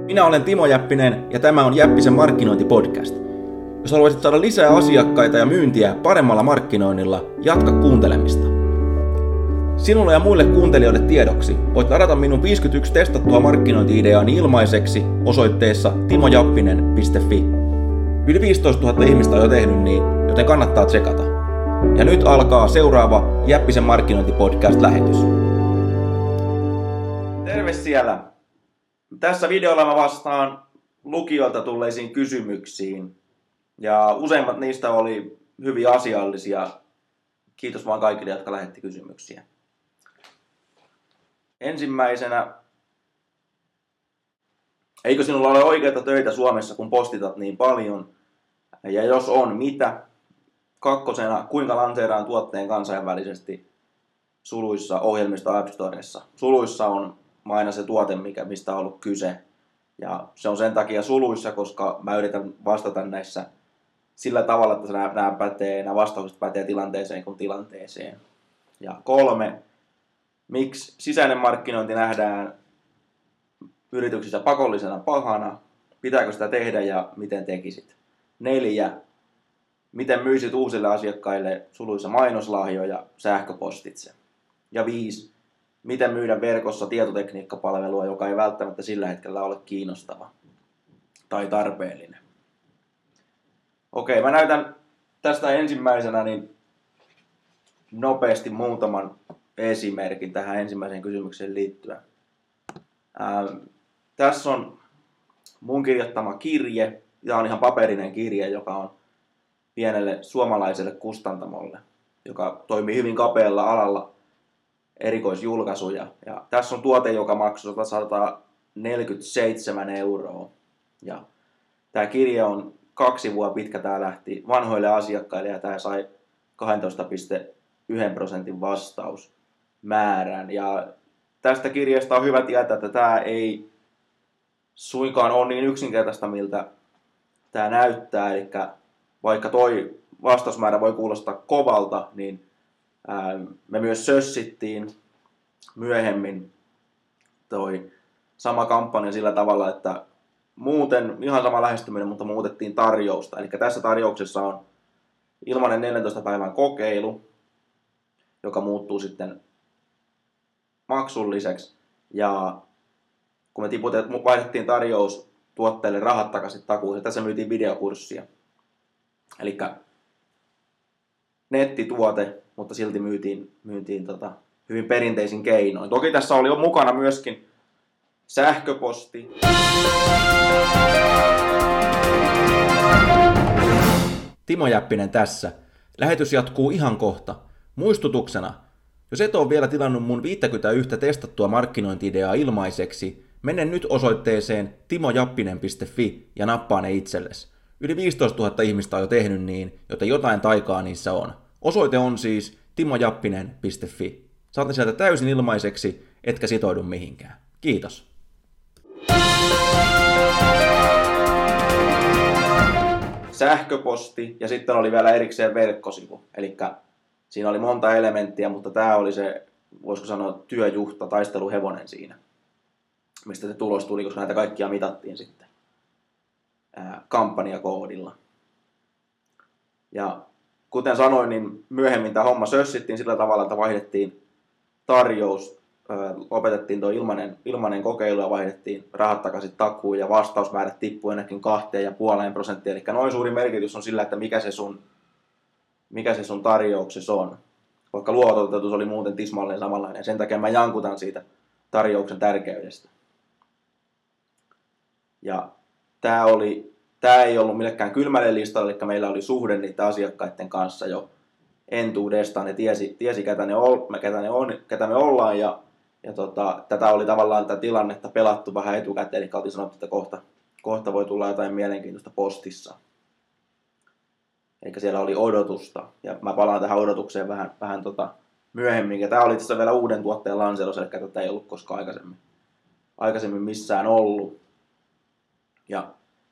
Minä olen Timo Jäppinen ja tämä on Jäppisen markkinointipodcast. Jos haluaisit saada lisää asiakkaita ja myyntiä paremmalla markkinoinnilla, jatka kuuntelemista. Sinulle ja muille kuuntelijoille tiedoksi voit ladata minun 51 testattua markkinointi-ideaani ilmaiseksi osoitteessa timojappinen.fi. Yli 15 000 ihmistä on jo tehnyt niin, joten kannattaa tsekata. Ja nyt alkaa seuraava Jäppisen markkinointipodcast-lähetys. Terve siellä! Tässä videolla mä vastaan lukijoilta tulleisiin kysymyksiin. Ja useimmat niistä oli hyvin asiallisia. Kiitos vaan kaikille, jotka lähetti kysymyksiä. Ensimmäisenä, eikö sinulla ole oikeita töitä Suomessa, kun postitat niin paljon? Ja jos on, mitä? Kakkosena, kuinka lanseeraan tuotteen kansainvälisesti suluissa ohjelmista App Storessa? Suluissa on aina se tuote, mistä on ollut kyse. Ja se on sen takia suluissa, koska mä yritän vastata näissä sillä tavalla, että nämä vastaukset pätee tilanteeseen kuin tilanteeseen. Ja 3, miksi sisäinen markkinointi nähdään yrityksissä pakollisena pahana? Pitääkö sitä tehdä ja miten tekisit? 4, miten myisit uusille asiakkaille suluissa mainoslahjoja sähköpostitse? Ja 5, miten myydä verkossa tietotekniikkapalvelua, joka ei välttämättä sillä hetkellä ole kiinnostava tai tarpeellinen. Okei, mä näytän tästä ensimmäisenä niin nopeasti muutaman esimerkin tähän ensimmäiseen kysymykseen liittyen. Tässä on mun kirjoittama kirje. Tämä on ihan paperinen kirje, joka on pienelle suomalaiselle kustantamolle, joka toimii hyvin kapealla alalla erikoisjulkaisuja. Ja tässä on tuote, joka maksoi 147 €. Ja tämä kirje on 2 vuotta pitkä. Tämä lähti vanhoille asiakkaille ja tämä sai 12,1% vastausmäärän. Ja tästä kirjasta on hyvä tietää, että tämä ei suinkaan ole niin yksinkertaista, miltä tämä näyttää. Eli vaikka toi vastausmäärä voi kuulostaa kovalta, niin me myös sössittiin myöhemmin toi sama kampanja sillä tavalla, että muuten ihan sama lähestyminen, mutta muutettiin tarjousta. Eli tässä tarjouksessa on ilmainen 14 päivän kokeilu, joka muuttuu sitten maksulliseksi. Ja kun me vaihdettiin tarjous tuotteelle rahat takaisin takuuseen, tässä myytiin videokurssia. Eli nettituote, mutta silti myytiin hyvin perinteisin keinoin. Toki tässä oli jo mukana myöskin sähköposti. Timo Jäppinen tässä. Lähetys jatkuu ihan kohta. Muistutuksena, jos et ole vielä tilannut mun 51 testattua markkinointi-ideaa ilmaiseksi, mene nyt osoitteeseen timojappinen.fi ja nappaa ne itsellesi. Yli 15 000 ihmistä on jo tehnyt niin, joten jotain taikaa niissä on. Osoite on siis timojappinen.fi. Saat ne sieltä täysin ilmaiseksi, etkä sitoudu mihinkään. Kiitos. Sähköposti ja sitten oli vielä erikseen verkkosivu. Eli siinä oli monta elementtiä, mutta tämä oli se, voisiko sanoa, työjuhta, taisteluhevonen siinä. Mistä se tulos tuli, koska näitä kaikkia mitattiin sitten kampanjakoodilla. Ja kuten sanoin, niin myöhemmin tämä homma sössittiin sillä tavalla, että vaihdettiin tarjous, lopetettiin tuo ilmainen kokeilu ja vaihdettiin rahat takaisin takuun ja vastausmäärät tippui ennenkin 2,5%. Eli noin suuri merkitys on sillä, että mikä se sun tarjouksessa on. Vaikka luototus oli muuten tismalleen samanlainen. Sen takia mä jankutan siitä tarjouksen tärkeydestä. Ja tämä ei ollut millekään kylmälle listalle, eli meillä oli suhde niiden asiakkaiden kanssa jo entuudestaan. Ne tiesi ketä me ollaan ja tätä oli tavallaan tätä tilannetta pelattu vähän etukäteen, eli oltiin sanottu, että kohta voi tulla jotain mielenkiintoista postissa. Eli siellä oli odotusta, ja mä palaan tähän odotukseen vähän myöhemmin. Ja tämä oli itse vielä uuden tuotteen lanseeraus, eli tätä ei ollut koskaan aikaisemmin missään ollut. Ja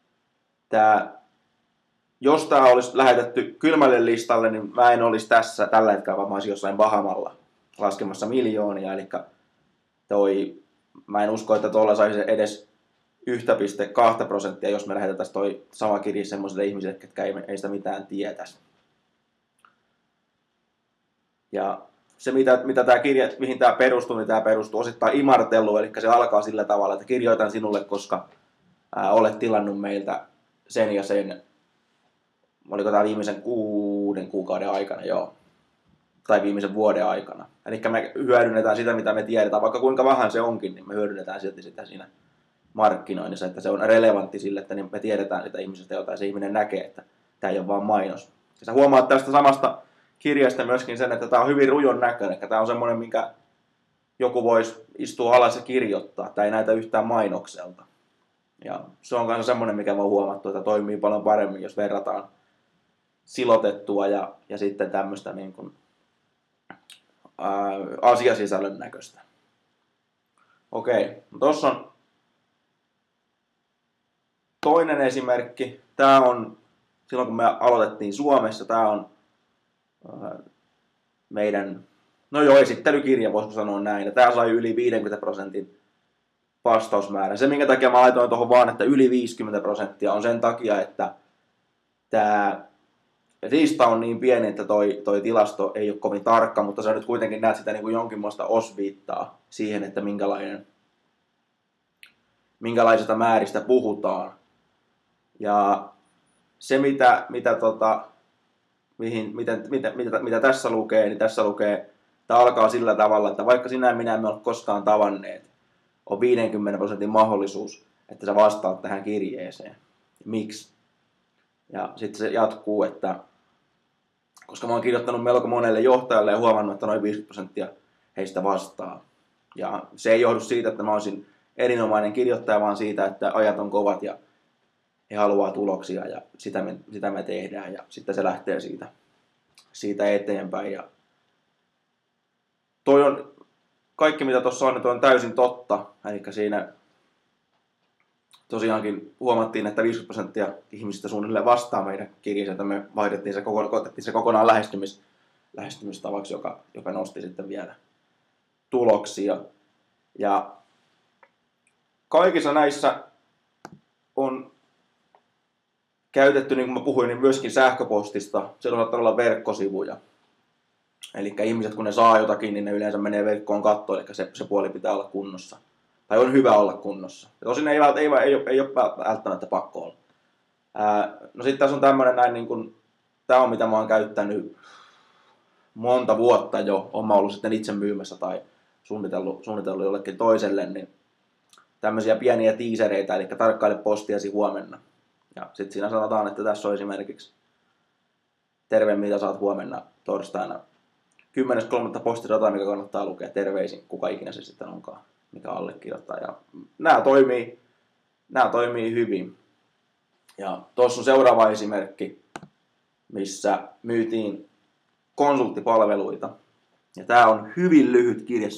jos tämä olisi lähetetty kylmälle listalle, niin mä en olisi tässä tällä hetkellä, vaan mä olisin jossain Bahamalla laskemassa miljoonia. Eli mä en usko, että tuolla saisi edes 1,2%, jos me lähetettäisiin toi sama kirje semmoisille ihmisille, ketkä ei sitä mitään tietäisi. Ja se, mitä tämä kirje, mihin tämä perustuu, niin tämä perustuu osittain imartelluun, eli se alkaa sillä tavalla, että kirjoitan sinulle, koska olet tilannut meiltä sen ja sen, oliko tämä viimeisen 6 kuukauden aikana, joo, tai viimeisen vuoden aikana. Eli me hyödynnetään sitä, mitä me tiedetään, vaikka kuinka vähän se onkin, niin me hyödynnetään silti sitä siinä markkinoinnissa, että se on relevantti sille, että me tiedetään sitä ihmisestä, jota se ihminen näkee, että tämä ei ole vaan mainos. Ja sä huomaat tästä samasta kirjasta myöskin sen, että tämä on hyvin rujon näköinen, tämä on semmoinen, minkä joku voisi istua alas ja kirjoittaa. Tämä ei näytä yhtään mainokselta. Ja se on myös semmoinen, mikä mä oon huomattu, että toimii paljon paremmin, jos verrataan silotettua ja sitten tämmöistä niin kuin, asiasisällön näköistä. Okei, tuossa on toinen esimerkki. Tämä on, silloin kun me aloitettiin Suomessa, tämä on meidän, esittelykirja, voisiko sanoa näin. Ja tämä sai yli 50% vastausmäärä. Se, minkä takia mä laitoin tuohon vaan, että yli 50% on sen takia, että tämä lista on niin pieni, että toi tilasto ei ole kovin tarkka, mutta sä nyt kuitenkin näet sitä niin kuin jonkinlaista osviittaa siihen, että minkälaisista määristä puhutaan. Ja se, mitä tässä lukee, niin tässä lukee, tämä alkaa sillä tavalla, että vaikka sinä ja minä emme ole koskaan tavanneet, on 50% mahdollisuus, että sä vastaat tähän kirjeeseen. Miksi? Ja sitten se jatkuu, että koska mä oon kirjoittanut melko monelle johtajalle ja huomannut, että noin 50% heistä vastaa. Ja se ei johdu siitä, että mä olisin erinomainen kirjoittaja, vaan siitä, että ajat on kovat ja he haluaa tuloksia ja sitä me tehdään. Ja sitten se lähtee siitä eteenpäin. Ja toi on, kaikki mitä tuossa on, niin toi on täysin totta. Eli siinä tosiaankin huomattiin, että 50% ihmisistä suunnilleen vastaa meidän kirjeeseen, että me otettiin se kokonaan lähestymistavaksi, joka nosti sitten vielä tuloksia. Ja kaikissa näissä on käytetty, niin kuin mä puhuin, niin myöskin sähköpostista. Siellä on olla verkkosivuja. Eli ihmiset, kun ne saa jotakin, niin ne yleensä menee verkkoon kattoon, eli se puoli pitää olla kunnossa. Tai on hyvä olla kunnossa. Tosin ei ole välttämättä pakko olla. No sitten tässä on tämmöinen näin, niin kuin, tämä on mitä mä oon käyttänyt monta vuotta jo. Olen ollut sitten itse myymässä tai suunnitellut jollekin toiselle, niin tämmöisiä pieniä tiisereitä, eli tarkkaile postiasi huomenna. Ja sitten siinä sanotaan, että tässä on esimerkiksi terve, mitä saat huomenna torstaina. 10.3. postirata, mikä kannattaa lukea, terveisin, kuka ikinä se sitten onkaan, mikä allekirjoittaa. Ja nämä toimii hyvin. Ja tuossa on seuraava esimerkki, missä myytiin konsulttipalveluita. Ja tämä on hyvin lyhyt kirje,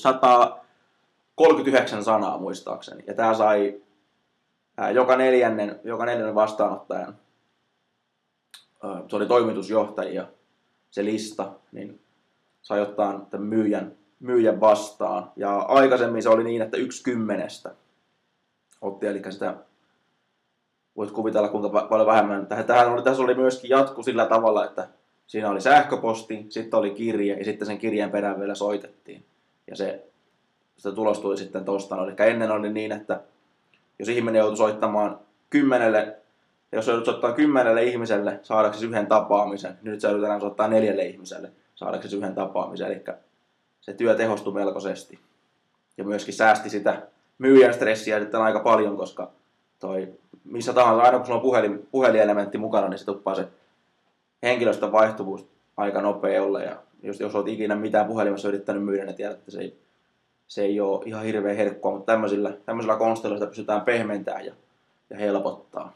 139 sanaa muistaakseni. Ja tämä sai joka neljännen vastaanottajan, se oli toimitusjohtajia, se lista, niin sai ottaa myyjän vastaan. Ja aikaisemmin se oli niin, että 1/10 otti, eli sitä voit kuvitella kuinka paljon vähemmän. Tässä oli myöskin jatku sillä tavalla, että siinä oli sähköposti, sitten oli kirje ja sitten sen kirjeen perään vielä soitettiin. Ja se tulos tuli sitten tuosta. Eli ennen oli niin, että jos ihminen joutui soittamaan 10, jos joudut soittamaan 10 ihmiselle saadaksesi yhden tapaamisen, niin nyt sä joudut enää soittaa 4 ihmiselle saadaksesi yhden tapaamisen. Eli se työ tehostui melkoisesti. Ja myöskin säästi sitä myyjän stressiä sitten aika paljon, koska missä tahansa, aina kun sulla on puhelinelementti mukana, niin se tuppaa se henkilöstön vaihtuvuus aika nopea olla. Ja jos olet ikinä mitään puhelimessa yrittänyt myydä, niin tiedät, että se ei ole ihan hirveän herkkua, mutta tämmöisellä konstilla sitä pystytään pehmentämään ja helpottaa.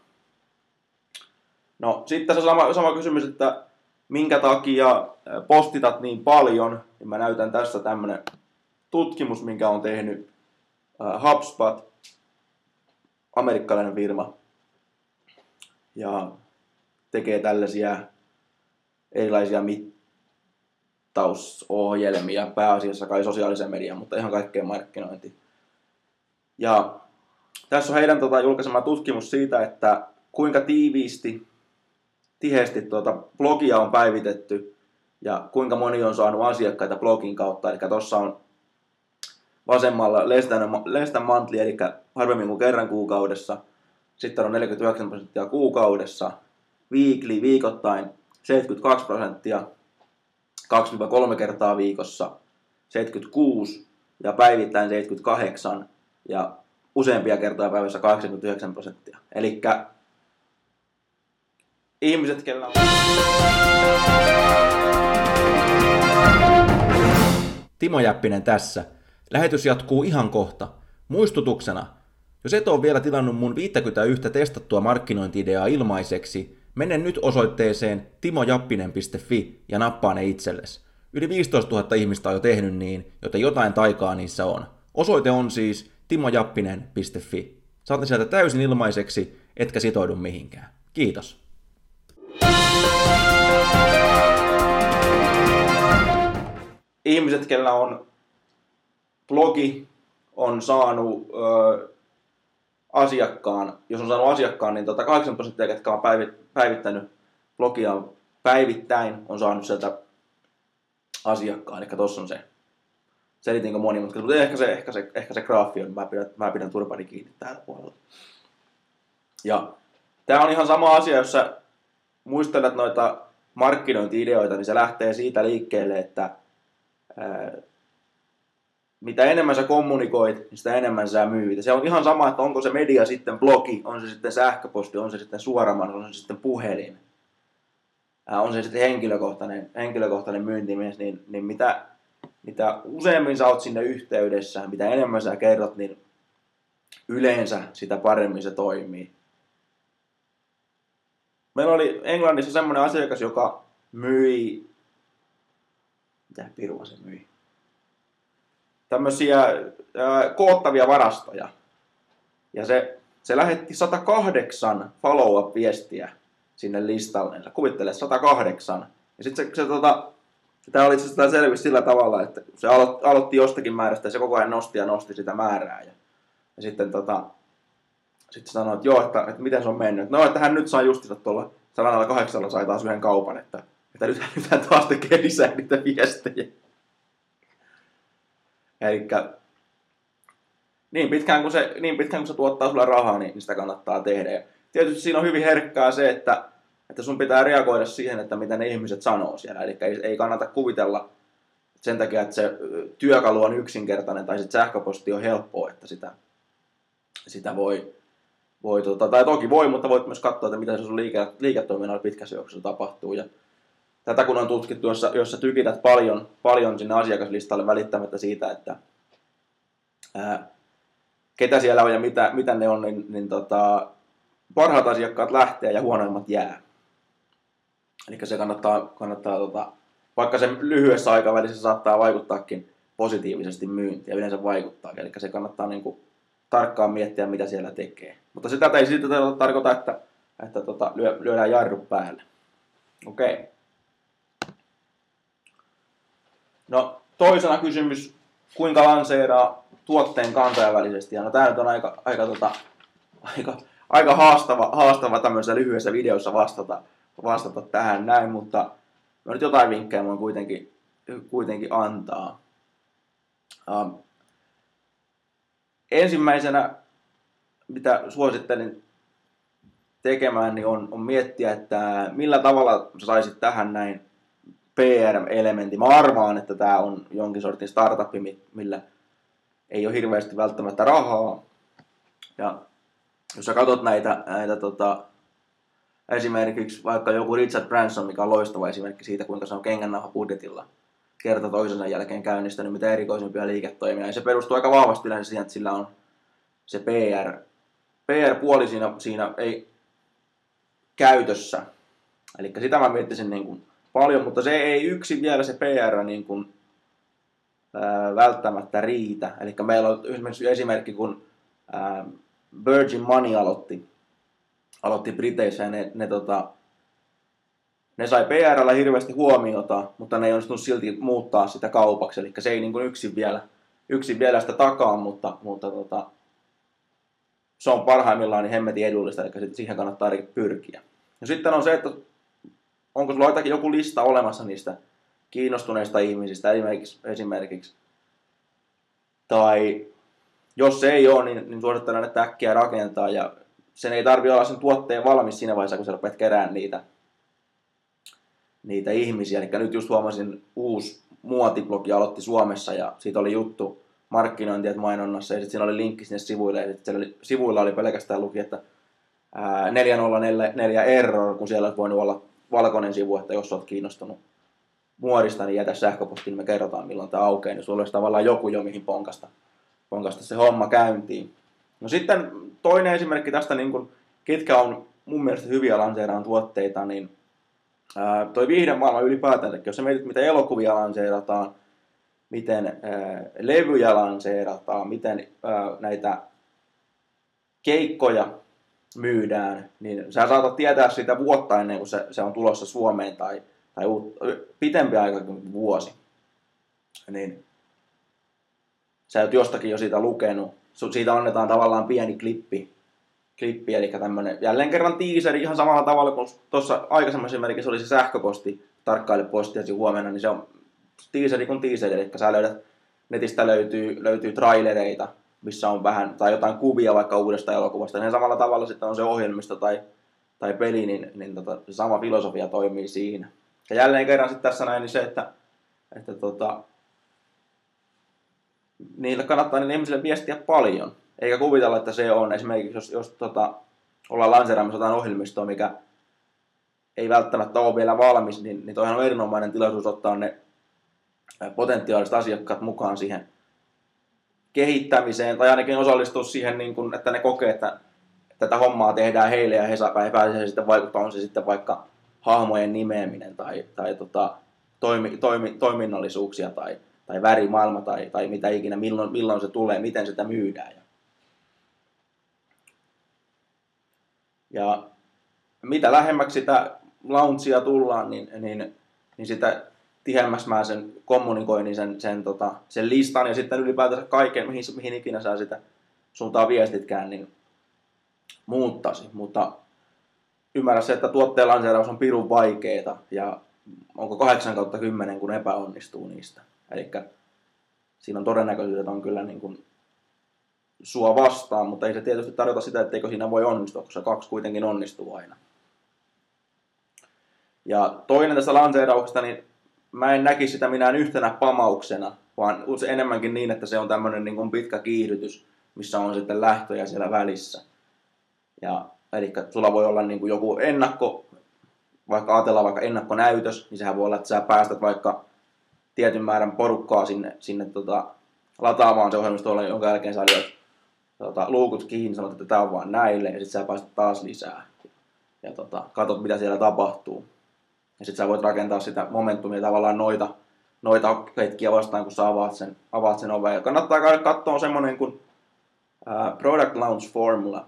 No sitten se sama kysymys, että minkä takia postitat niin paljon, niin mä näytän tässä tämmönen tutkimus, minkä on tehnyt HubSpot, amerikkalainen firma, ja tekee tällaisia erilaisia mittausohjelmia, pääasiassa kai sosiaalisen median, mutta ihan kaikkeen markkinointiin. Ja Tässä on heidän julkaisema tutkimus siitä, että kuinka tiheesti blogia on päivitetty ja kuinka moni on saanut asiakkaita blogin kautta. Eli tuossa on vasemmalla less than monthly, eli harvemmin kuin kerran kuukaudessa. Sitten on 49% kuukaudessa, weekly, viikoittain 72%, 2-3 kertaa viikossa 76 ja päivittäin 78 ja useampia kertoja päivässä 89%. Eli ihmiset, kellä on... Timo Jäppinen tässä. Lähetys jatkuu ihan kohta. Muistutuksena, jos et ole vielä tilannut mun 51 testattua markkinointi-ideaa ilmaiseksi, mene nyt osoitteeseen timojappinen.fi ja nappaa ne itsellesi. Yli 15 000 ihmistä on jo tehnyt niin, joten jotain taikaa niissä on. Osoite on siis timojappinen.fi. Saat ne sieltä täysin ilmaiseksi, etkä sitoudu mihinkään. Kiitos. Ihmiset, kellä on blogi, on saanut asiakkaan, jos on saanut asiakkaan, niin 8%, ketkä on päivittänyt blogia päivittäin, on saanut sieltä asiakkaan. Eli tuossa on se. Selitinkö monimutkaisesti, mutta ehkä se graafi on, mä pidän turpani kiinni täällä puolella. Ja tää on ihan sama asia, jos sä muistelet noita markkinointi-ideoita, niin se lähtee siitä liikkeelle, että mitä enemmän sä kommunikoit, niin sitä enemmän sä myyt. Ja se on ihan sama, että onko se media sitten blogi, on se sitten sähköposti, on se sitten suoramaan, on se sitten puhelin, on se sitten henkilökohtainen myyntimies, niin mitä useammin sä oot sinne yhteydessä, mitä enemmän sä kerrot, niin yleensä sitä paremmin se toimii. Meillä oli Englannissa semmoinen asiakas, joka myi, mitä pirua se myi? Tämmöisiä koottavia varastoja. Ja se lähetti 108 follow-up-viestiä sinne listalle. Kuvittele 108. Ja sitten tämä oli itse asiassa selvisi sillä tavalla, että se aloitti jostakin määrästä ja se koko ajan nosti sitä määrää. Ja sitten sitten sanoi, että joo, että miten se on mennyt. No, että hän nyt saa justiinsa tuolla 108 sai taas yhden kaupan, että nyt hän taas tekee lisää niitä viestejä. Elikkä niin pitkään kun se tuottaa sulle rahaa, niin sitä kannattaa tehdä. Ja tietysti siinä on hyvin herkkää se, että sun pitää reagoida siihen, että mitä ne ihmiset sanoo siellä. Eli ei kannata kuvitella sen takia, että se työkalu on yksinkertainen tai sitten sähköposti on helppoa, että sitä voi tai toki voi, mutta voit myös katsoa, että mitä se sun liiketoiminnalla pitkässä juoksussa tapahtuu. Ja tätä kun on tutkittu, jossa tykität paljon sinne asiakaslistalle välittämättä siitä, että ketä siellä on ja mitä ne on, niin parhaat asiakkaat lähtee ja huonoimmat jää. Eli se kannattaa vaikka se lyhyessä aikavälissä saattaa vaikuttaakin positiivisesti myyntiin ja yleensä vaikuttaa. Eli se kannattaa niinku tarkkaan miettiä, mitä siellä tekee. Mutta sitä ei siitä tarkoita, että lyödään jarru päälle. Okei. No toisena kysymys, kuinka lanseeraa tuotteen kansainvälisesti? Ja no tää nyt on aika haastava tämmöisessä lyhyessä videossa vastata tähän näin, mutta mä nyt jotain vinkkejä voin kuitenkin antaa. Ensimmäisenä, mitä suosittelin tekemään, niin on miettiä, että millä tavalla sä saisit tähän näin PR-elementin. Mä arvaan, että tää on jonkin sortin startupi, millä ei ole hirveästi välttämättä rahaa. Ja jos sä katsot näitä esimerkiksi vaikka joku Richard Branson, mikä on loistava esimerkki siitä, kuinka se on kengännauha budjetilla kerta toisensa jälkeen käynnistänyt mitä erikoisimpia liiketoimia. Ja se perustuu aika vahvasti yleensä siihen, että sillä on se PR-puoli siinä ei käytössä. Eli sitä mä miettisin niin kuin paljon, mutta se ei yksin vielä se PR niin kuin, välttämättä riitä. Eli meillä on esimerkiksi esimerkki, kun Virgin Money aloitti Briteissä ja ne sai PR:llä hirveästi huomiota, mutta ne ei onnistunut silti muuttaa sitä kaupaksi. Eli se ei niin kuin yksin vielä sitä takaa, mutta se on parhaimmillaan niin hemmetin edullista, eli siihen kannattaa ainakin pyrkiä. Ja sitten on se, että onko sulla joku lista olemassa niistä kiinnostuneista ihmisistä esimerkiksi. Tai jos se ei ole, niin suosittelen, että äkkiä rakentaa. Ja sen ei tarvitse olla sen tuotteen valmis siinä vaiheessa, kun sä rupeat keräämään niitä ihmisiä. Eli nyt just huomasin, uusi muotiblogi aloitti Suomessa ja siitä oli juttu markkinointia mainonnassa. Ja sitten siinä oli linkki sinne sivuille. Ja sitten sivuilla oli pelkästään luki, että 4004 error, kun siellä olisi voinut olla valkoinen sivu, että jos olet kiinnostunut muodista, niin jätä sähköpostiin, niin me kerrotaan milloin tämä aukeaa, niin sulla olisi tavallaan joku jo mihin ponkasta se homma käyntiin. No sitten toinen esimerkki tästä, niin kun, ketkä on mun mielestä hyviä lanseeraan tuotteita, niin toi viihdemaailma ylipäätään, jos sä mietit, miten elokuvia lanseerataan, miten levyjä lanseerataan, miten näitä keikkoja myydään, niin sä saatat tietää sitä vuotta ennen kuin se on tulossa Suomeen tai pitempi aika kuin vuosi. Niin sä oot jostakin jo siitä lukenut. Siitä annetaan tavallaan pieni klippi, eli tämmönen jälleen kerran teaseri ihan samalla tavalla kuin tuossa aikaisemmassa esimerkiksi oli se sähköposti, tarkkaile postiasi huomenna, niin se on teaseri kuin teaseri, eli sä löydät, netistä löytyy trailereita, missä on vähän, tai jotain kuvia vaikka uudesta elokuvasta, niin samalla tavalla sitten on se ohjelmisto tai peli, niin se sama filosofia toimii siinä. Ja jälleen kerran sitten tässä näin, niin se, että niille kannattaa niille ihmisille viestiä paljon, eikä kuvitella, että se on esimerkiksi, jos ollaan lanseeraamassa jotain ohjelmistoa, mikä ei välttämättä ole vielä valmis, niin toihan on erinomainen tilaisuus ottaa ne potentiaaliset asiakkaat mukaan siihen kehittämiseen, tai ainakin osallistua siihen, niin kun, että ne kokee, että tätä hommaa tehdään heille, ja he pääsevät sitten vaikuttaa, on se sitten vaikka hahmojen nimeäminen, tai toiminnallisuuksia, tai värimaailma, tai mitä ikinä, milloin se tulee, miten sitä myydään. Ja mitä lähemmäksi sitä launchia tullaan, niin sitä tihemmäksi mä sen kommunikoinnin, sen listan ja sitten ylipäätänsä kaiken, mihin ikinä sä sitä suuntaan viestitkään, niin muuttaisi. Mutta ymmärrä se, että tuotteen lanseeraus on pirun vaikeeta ja onko 8/10, kun epäonnistuu niistä. Eli siinä on todennäköisyydet on kyllä niin kuin sua vastaan, mutta ei se tietysti tarjota sitä, etteikö siinä voi onnistua, koska 2 kuitenkin onnistuu aina. Ja toinen tästä lanseerauksesta, niin mä en näkisi sitä minään yhtenä pamauksena, vaan enemmänkin niin, että se on tämmöinen niin kuin pitkä kiihdytys, missä on sitten lähtöjä siellä välissä. Ja, eli sulla voi olla niin kuin joku vaikka ajatellaan vaikka ennakkonäytös, niin sehän voi olla, että sä päästät vaikka tietyn määrän porukkaa sinne lataamaan se ohjelmisto, jonka jälkeen sä lyöt luukut kiinni, sanot, että tämä on vaan näille, ja sitten sä päästät taas lisää. Ja katsot, mitä siellä tapahtuu. Ja sitten sä voit rakentaa sitä momentumia tavallaan noita hetkiä vastaan, kun sä avaat sen oven. Ja kannattaa käydä katsoa semmoinen kuin Product Launch Formula,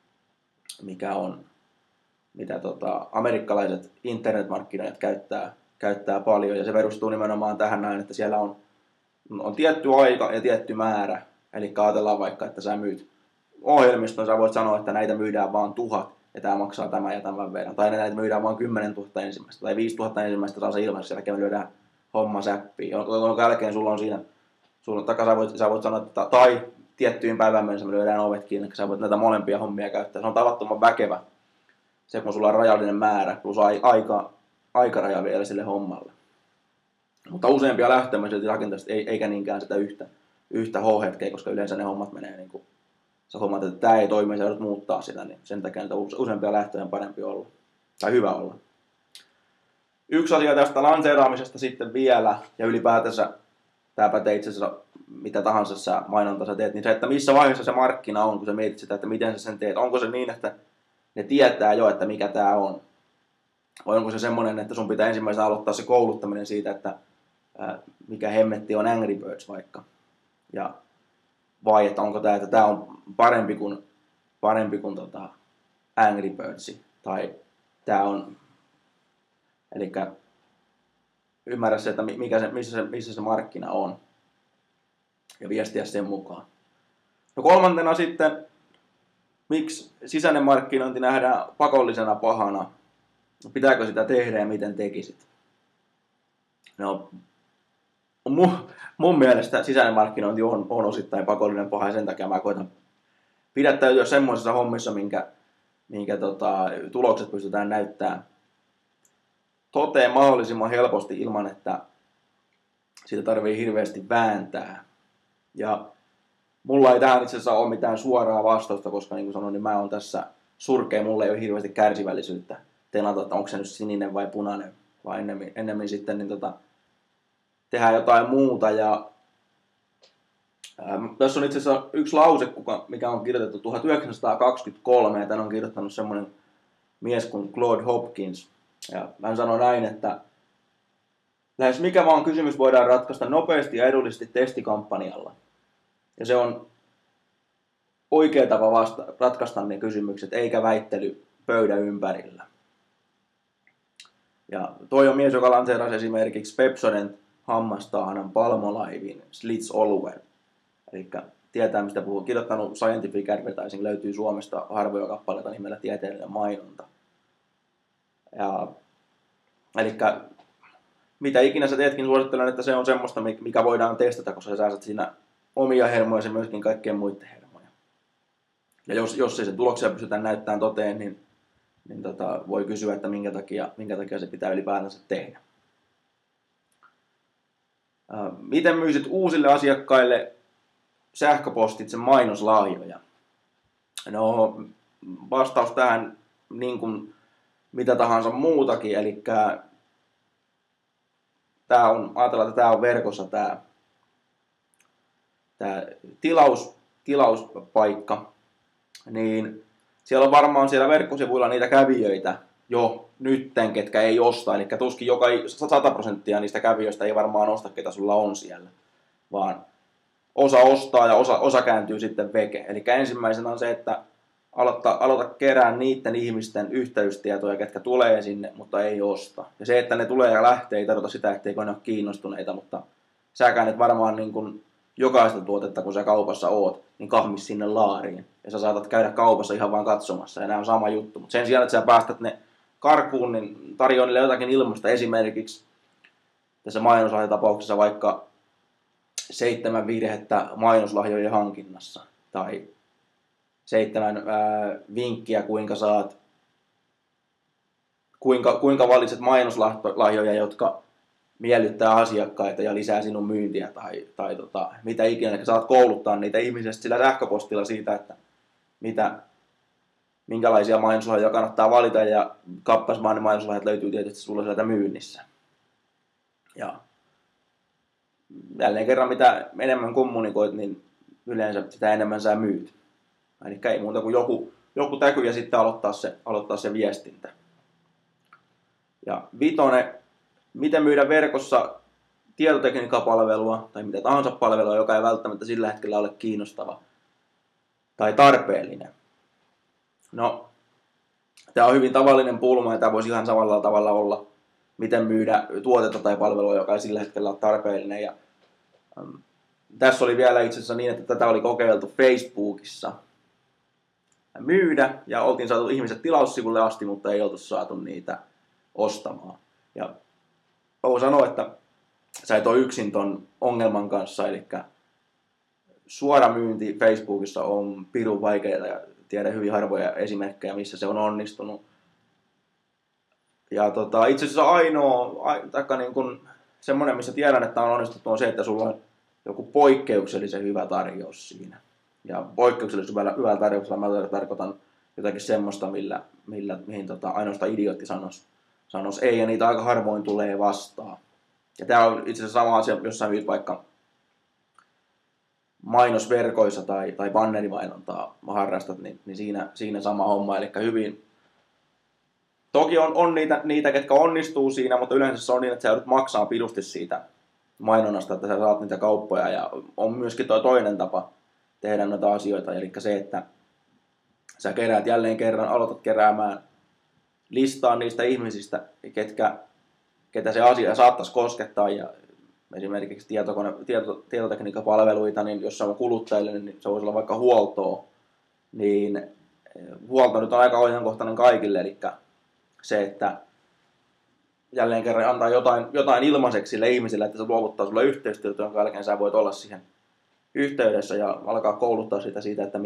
mitä amerikkalaiset internetmarkkinoijat käyttää paljon. Ja se perustuu nimenomaan tähän näin, että siellä on tietty aika ja tietty määrä. Eli ajatellaan vaikka, että sä myyt ohjelmiston, sä voit sanoa, että näitä myydään vaan 1000 ja tämä maksaa tämän ja tämän verran. Tai näitä myydään vaan 10 000 ensimmäistä tai 5 000 ensimmäistä saa se ilmaisesti, sen jälkeen me lyödään homma säppiin. Jonka jälkeen sulla on siinä, sä voit sanoa, että tai tiettyyn päivään mennessä me lyödään ovet kiinni, sä voit näitä molempia hommia käyttää. Se on tavattoman väkevä, se kun sulla on rajallinen määrä plus aikaraja vielä sille hommalle. Mutta useampia lähtöjä mä silti rakentaisin, eikä niinkään sitä yhtä H-hetkeä, koska yleensä ne hommat menee niin kuin sä huomaat, että tämä ei toimi ja sä joudut muuttaa sitä, niin sen takia useampia lähtöjä on parempi olla, tai hyvä olla. Yksi asia tästä lanseeraamisesta sitten vielä, ja ylipäätänsä tämä pätee itse asiassa mitä tahansa sä mainonta sä teet, niin se, että missä vaiheessa se markkina on, kun sä mietit sitä, että miten sä sen teet. Onko se niin, että ne tietää jo, että mikä tämä on? Vai onko se semmoinen, että sun pitää ensimmäisenä aloittaa se kouluttaminen siitä, että mikä hemmetti on Angry Birds vaikka. Ja vai että onko tämä, että tämä on parempi kuin Angry Birds, tai tämä on, eli ymmärrä se, että missä se markkina on, ja viestiä sen mukaan. No kolmantena sitten miksi sisäinen markkinointi nähdään pakollisena pahana? Pitääkö sitä tehdä ja miten tekisit? No, mun mielestä sisäinen markkinointi on osittain pakollinen paha ja sen takia mä koitan pidättäytyä semmoisissa hommissa, minkä tulokset pystytään näyttämään toteen mahdollisimman helposti ilman, että siitä tarvii hirveästi vääntää. Ja mulla ei tähän itse asiassa ole mitään suoraa vastausta, koska niin kuin sanoin, niin mä oon tässä surkea, mulla ei ole hirveästi kärsivällisyyttä tenata, että onko se nyt sininen vai punainen, vai ennemmin sitten niin tehdään jotain muuta. Ja tässä on itse asiassa yksi lause, mikä on kirjoitettu 1923, ja tämän on kirjoittanut semmoinen mies kuin Claude Hopkins. Ja hän sanoi näin, että lähes mikä vaan kysymys voidaan ratkaista nopeasti ja edullisesti testikampanjalla. Ja se on oikea tapa ratkaista ne kysymykset, eikä väittely pöydän ympärillä. Ja toi on mies, joka lanseerasi esimerkiksi Pepsodent hammastaahanan Palmolivin Slits-oluen. Eli tietää, mistä puhuu. Kirjoittanut Scientific Advertising, löytyy Suomesta harvoja kappaleita nimellä tieteellinen mainonta. Eli mitä ikinä sä teetkin, suosittelen, että se on semmoista, mikä voidaan testata, koska sä säästät siinä omia hermoja ja myöskin kaikkien muiden hermoja. Ja jos ei sen tuloksia pystytään näyttämään toteen, niin voi kysyä, että minkä takia se pitää ylipäätänsä tehdä. Miten myisit uusille asiakkaille sähköpostitse mainoslahjoja? No, vastaus tähän niin kuin mitä tahansa muutakin, eli ajatellaan, että tämä on verkossa tämä tilauspaikka, niin siellä on varmaan siellä verkkosivuilla niitä kävijöitä jo nytten, ketkä ei osta, eli tuskin 100% niistä kävijöistä ei varmaan osta, ketä sulla on siellä, vaan osa ostaa ja osa kääntyy sitten veke. Eli ensimmäisenä on se, että aloita kerää niiden ihmisten yhteystietoja, ketkä tulee sinne, mutta ei osta. Ja se, että ne tulee ja lähtee, ei tarkoita sitä, etteikö ne ole kiinnostuneita, mutta säkään et varmaan niin kuin jokaista tuotetta, kun sä kaupassa oot, niin kahmis sinne laariin. Ja sä saatat käydä kaupassa ihan vaan katsomassa, ja nämä on sama juttu. Mutta sen sijaan, että sä päästät ne karkuun, niin tarjoa niille jotakin ilmasta. Esimerkiksi tässä mainoslahjatapauksessa vaikka 7 virhettä mainoslahjojen hankinnassa. Tai 7 vinkkiä, kuinka valitset mainoslahjoja, jotka miellyttää asiakkaita ja lisää sinun myyntiä tai mitä ikinä. Eli saat kouluttaa niitä ihmisiä sillä sähköpostilla siitä, että minkälaisia mainoslahjoja kannattaa valita, ja kappasmaan ne mainoslahjat löytyy tietysti sulla sieltä myynnissä. Ja jälleen kerran, mitä enemmän kommunikoit, niin yleensä sitä enemmän sä myyt. Eli ei muuta kuin joku täky ja sitten aloittaa se viestintä. Ja 5. Miten myydä verkossa tietotekniikkapalvelua tai mitä tahansa palvelua, joka ei välttämättä sillä hetkellä ole kiinnostava tai tarpeellinen. No, tämä on hyvin tavallinen pulma ja tämä voisi ihan samalla tavalla olla, miten myydä tuotetta tai palvelua, joka ei sillä hetkellä ole tarpeellinen. Ja, tässä oli vielä itse asiassa niin, että tätä oli kokeiltu Facebookissa myydä ja oltiin saatu ihmiset tilaussivulle asti, mutta ei oltu saatu niitä ostamaan. Ja voin sanoa, että sä et ole yksin ton ongelman kanssa, eli suora myynti Facebookissa on pirun vaikeaa ja tiedän hyvin harvoja esimerkkejä, missä se on onnistunut. Ja itse asiassa niin kun semmoinen, missä tiedän, että on onnistuttu, on se, että sulla on joku poikkeuksellisen hyvä tarjous siinä. Ja poikkeuksellisen hyvällä tarjouksella mä tarkoitan jotakin semmoista, mihin ainoastaan idiootti sanoisi ei, ja niitä aika harvoin tulee vastaan. Ja tämä on itse asiassa sama asia, jos sä myyt vaikka mainosverkoissa tai bannerimainontaa harrastat, niin siinä sama homma. Eli hyvin. Toki on niitä, ketkä onnistuu siinä, mutta yleensä se on niin, että sä joudut maksaa pidusti siitä mainonnasta, että sä saat niitä kauppoja. Ja on myöskin toinen tapa tehdä noita asioita, eli se, että sä keräät jälleen kerran, aloitat keräämään listaa niistä ihmisistä, ketä se asia saattaisi koskettaa, ja esimerkiksi tietotekniikkapalveluita, niin jos se on kuluttajille, niin se voisi olla vaikka huoltoa, niin huolto nyt on aika ajankohtainen kaikille, eli se, että jälleen kerran antaa jotain ilmaiseksi sille ihmiselle, että se luovuttaa sulle yhteystietoja, jonka jälkeen sä voit olla siihen yhteydessä ja alkaa kouluttaa sitä siitä, että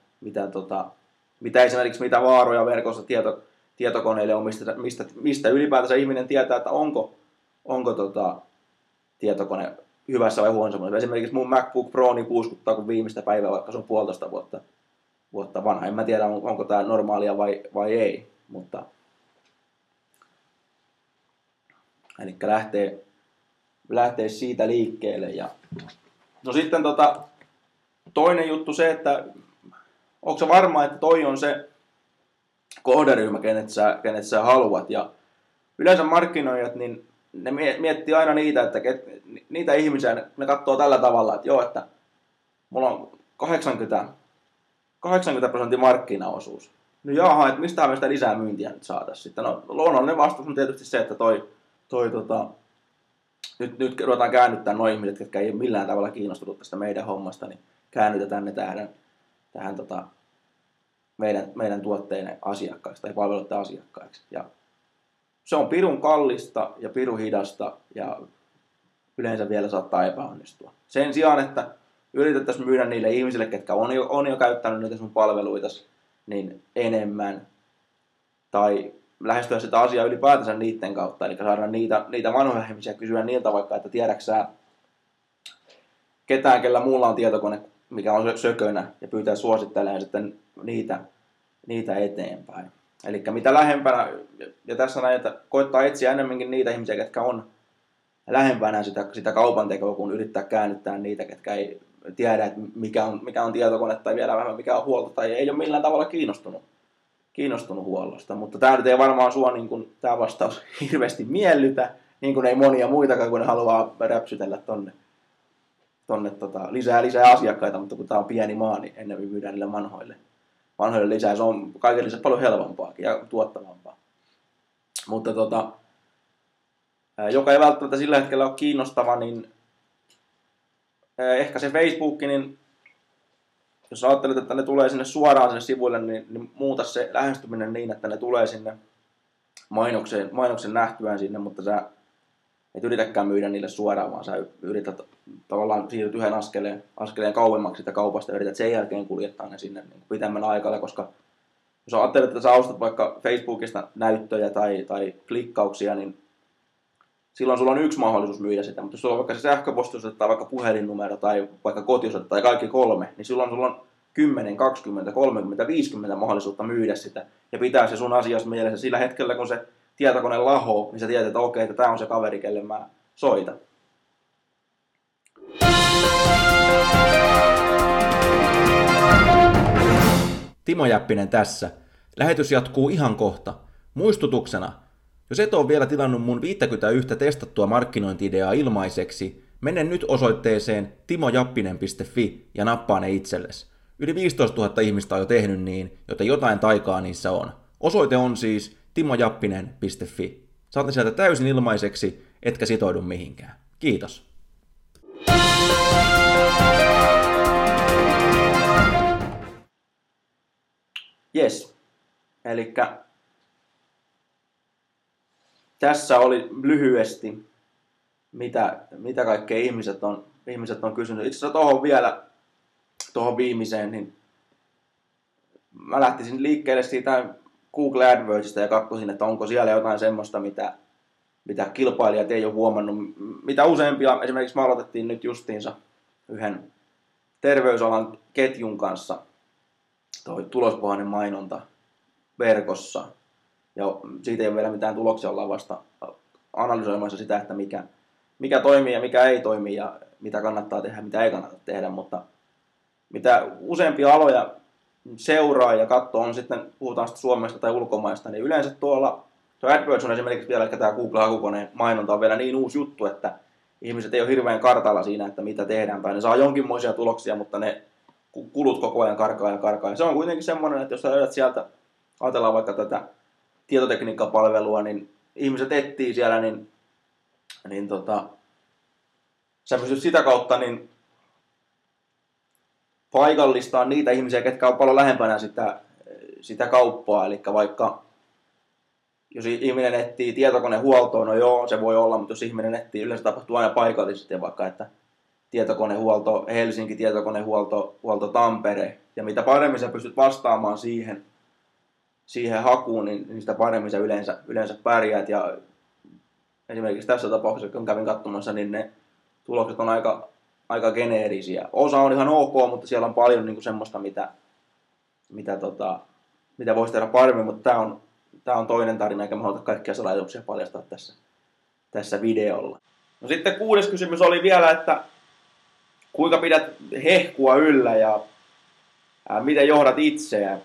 mitä esimerkiksi mitä vaaroja verkossa tietokoneille on, mistä ylipäätänsä ihminen tietää, että onko tietokone hyvässä vai huonossa. Esimerkiksi mun MacBook Pro niin puuskuttaa kuin viimeistä päivää, vaikka se on 1,5 vuotta vanha. En mä tiedä, onko tämä normaalia vai ei, mutta eli lähtee siitä liikkeelle. Ja no sitten toinen juttu se, että onko se varma, että toi on se kohderyhmä, kenet sä haluat. Ja yleensä markkinoijat, niin ne miettii aina niitä ihmisiä, ne katsoo tällä tavalla, että joo, että mulla on 80% markkinaosuus. No jaha, että mistä me sitä lisää myyntiä nyt saataisiin. Sitten no, luonnollinen vastaus on tietysti se, että nyt ruvetaan käännyttää nuo ihmiset, jotka ei ole millään tavalla kiinnostunut tästä meidän hommasta, niin käännytetään ne tähän meidän tuotteiden asiakkaiksi tai palveluiden asiakkaiksi. Ja se on pirun kallista ja pirun hidasta ja yleensä vielä saattaa epäonnistua. Sen sijaan, että yritettäisiin myydä niille ihmisille, ketkä on jo käyttänyt niitä sun palveluita, niin enemmän. Tai lähestyä sitä asiaa ylipäätänsä niiden kautta. Eli saada niitä vanhoja ihmisiä kysyä niiltä vaikka, että tiedäksä ketään, kellä muulla on tietokone, mikä on sökönä, ja pyytää suosittelemaan sitten niitä eteenpäin. Eli mitä lähempänä, ja tässä näitä koittaa etsiä enemmänkin niitä ihmisiä, ketkä on lähempänä sitä kaupantekoa, kun yrittää käännyttää niitä, ketkä ei tiedä, että mikä on tietokone tai vielä vähemmän mikä on huolto, tai ei ole millään tavalla kiinnostunut huollosta. Mutta tämä nyt ei varmaan sua niin kuin, tämä vastaus hirveästi miellytä, niin kuin ei monia muitakaan, kun ne haluaa räpsytellä tonne lisää asiakkaita, mutta kun tämä on pieni maa, niin ennen myydään niille vanhoille lisää. Se on kaiken lisäksi paljon helpompaakin ja tuottavampaa. Mutta joka ei välttämättä sillä hetkellä ole kiinnostava, niin ehkä se Facebook, niin jos ajattelet, että ne tulee sinne suoraan sinne sivuille, niin muuta se lähestyminen niin, että ne tulee sinne mainoksen nähtyään sinne, mutta sä et yritäkään myydä niille suoraan, vaan sä yrität tavallaan siirtyä yhden askeleen kauemmaksi sitä kaupasta ja yrität sen jälkeen kuljettaa ne sinne niin pitemmällä aikalla, koska jos ajattelet, että sä ostat vaikka Facebookista näyttöjä tai klikkauksia, niin silloin sulla on yksi mahdollisuus myydä sitä, mutta jos sulla on vaikka se sähköpostiosoite tai vaikka puhelinnumero tai vaikka kotiosoite tai kaikki 3, niin silloin sulla on 10, 20, 30, 50 mahdollisuutta myydä sitä ja pitää se sun asiassa mielessä sillä hetkellä, kun se tietokone lahoo, niin sä tiedät, että okei, että tää on se kaveri, kelle mä soitan. Timo Jäppinen tässä. Lähetys jatkuu ihan kohta. Muistutuksena, jos et ole vielä tilannut mun 51 testattua markkinointi-ideaa ilmaiseksi, mene nyt osoitteeseen timojappinen.fi ja nappaa ne itsellesi. Yli 15 000 ihmistä on jo tehnyt niin, joten jotain taikaa niissä on. Osoite on siis timojappinen.fi. Saat ne sieltä täysin ilmaiseksi, etkä sitoudu mihinkään. Kiitos. Jes. Elikkä tässä oli lyhyesti, mitä kaikkea ihmiset on kysynyt. Itse asiassa tuohon viimeiseen, niin mä lähtisin liikkeelle siitä Google AdWordsista ja katsoisin, että onko siellä jotain semmoista, mitä kilpailijat ei ole huomannut. Mitä useampia, esimerkiksi me aloitettiin nyt justiinsa yhden terveysalan ketjun kanssa toi tulospohjainen mainonta verkossa. Ja siitä ei ole vielä mitään tuloksia, ollaan vasta analysoimassa sitä, että mikä toimii ja mikä ei toimi ja mitä kannattaa tehdä, mitä ei kannata tehdä, mutta mitä useampia aloja seuraa ja katsoo, on sitten, puhutaan sitten Suomesta tai ulkomaista, niin yleensä tuo AdWords on esimerkiksi vielä, että tämä Google-hakukoneen mainonta on vielä niin uusi juttu, että ihmiset ei ole hirveän kartalla siinä, että mitä tehdään, tai ne saa jonkinmoisia tuloksia, mutta ne kulut koko ajan karkaa. Ja se on kuitenkin semmoinen, että jos sä löydät sieltä, ajatellaan vaikka tätä tietotekniikkapalvelua, niin ihmiset etsii siellä, niin sä pystyt sitä kautta niin paikallistaa niitä ihmisiä, ketkä on paljon lähempänä sitä kauppaa. Eli vaikka jos ihminen etsii tietokonehuoltoa, no joo, se voi olla, mutta jos ihminen etsii, yleensä tapahtuu aina paikallisesti, vaikka että tietokonehuolto Helsinki, tietokonehuolto Tampere, ja mitä paremmin sä pystyt vastaamaan siihen hakuun, niin sitä paremmin sä yleensä pärjäät. Ja esimerkiksi tässä tapauksessa, kun kävin katsomassa, niin ne tulokset on aika geneerisiä. Osa on ihan ok, mutta siellä on paljon niin kuin semmoista, mitä voisi tehdä paremmin, mutta tämä on toinen tarina, eikä mä halua kaikkia salaisuuksia paljastaa tässä videolla. No sitten 6. kysymys oli vielä, että kuinka pidät hehkua yllä ja miten johdat itseään.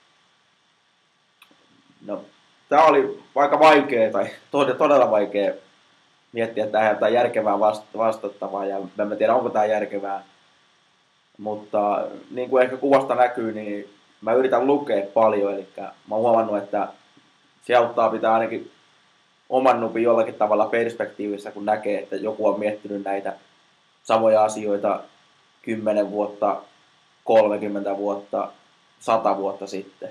No, tämä oli aika vaikea tai todella vaikea miettiä tähän jotain järkevää vastattavaa, ja en tiedä onko tämä järkevää, mutta niin kuin ehkä kuvasta näkyy, niin mä yritän lukea paljon, eli mä oon huomannut, että se auttaa pitää ainakin oman nupin jollakin tavalla perspektiivissä, kun näkee, että joku on miettinyt näitä samoja asioita 10 vuotta, 30 vuotta, 100 vuotta sitten.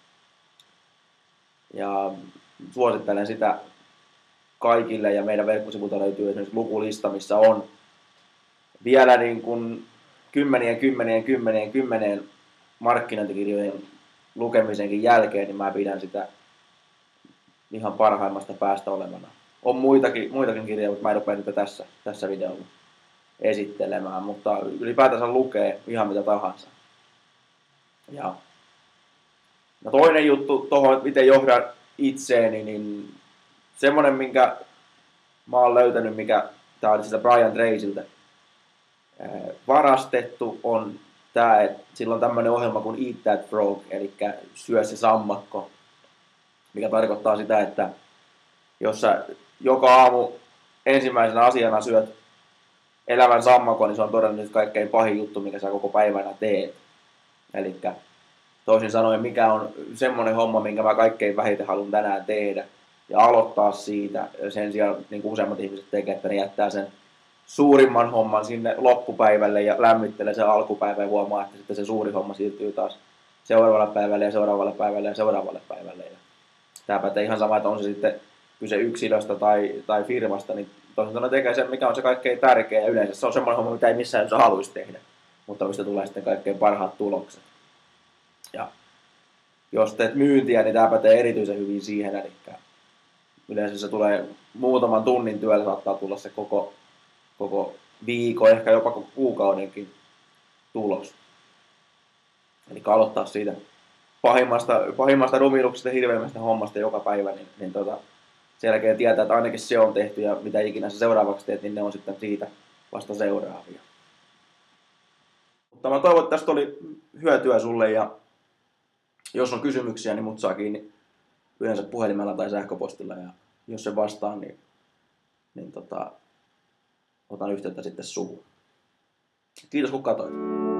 Ja suosittelen sitä kaikille, ja meidän verkkosivulta löytyy esimerkiksi lukulista, missä on vielä niin kuin kymmenien markkinointikirjojen lukemisenkin jälkeen, niin mä pidän sitä ihan parhaimmasta päästä olevana. On muitakin kirjoja, mutta mä en rupea niitä tässä videolla esittelemään, mutta ylipäätänsä lukee ihan mitä tahansa. Ja toinen juttu tuohon, että miten johdan itseeni, niin semmoinen, minkä mä oon löytänyt, tää oli sitä Brian Tracyltä varastettu, on tää, että sillä on tämmöinen ohjelma kuin Eat That Frog, eli syö se sammakko, mikä tarkoittaa sitä, että jos sä joka aamu ensimmäisenä asiana syöt elävän sammakon, niin se on todennäköisesti kaikkein pahin juttu, mikä sä koko päivänä teet. Eli toisin sanoen, mikä on semmoinen homma, minkä mä kaikkein vähiten haluan tänään tehdä ja aloittaa siitä. Sen sijaan niin kuin useimmat ihmiset tekevät, että ne jättää sen suurimman homman sinne loppupäivälle ja lämmittelee sen alkupäivän ja huomaa, että sitten se suuri homma siirtyy taas seuraavalle päivälle ja seuraavalle päivälle ja seuraavalle päivälle. Ja tämä pätee ihan sama, että on se sitten kyse yksilöstä tai firmasta, niin toisin sanoen tekee sen, mikä on se kaikkein tärkeä, ja yleensä se on semmoinen homma, mitä ei missään nimessä haluaisi tehdä, mutta mistä tulee sitten kaikkein parhaat tulokset. Ja jos teet myyntiä, niin tämä pätee erityisen hyvin siihen, eli yleensä se tulee muutaman tunnin työllä, saattaa tulla se koko viikon, ehkä jopa koko kuukaudenkin tulos. Eli aloittaa siitä pahimmasta rumiluksesta ja hirveimmästä hommasta joka päivä, niin sen jälkeen tietää, että ainakin se on tehty, ja mitä ikinä sä seuraavaksi teet, niin ne on sitten siitä vasta seuraavia. Mutta mä toivon, että tästä oli hyötyä sulle, ja jos on kysymyksiä, niin mut saa kiinni yleensä puhelimella tai sähköpostilla, ja jos se vastaan, niin otan yhteyttä sitten suhun. Kiitos kun katsoit.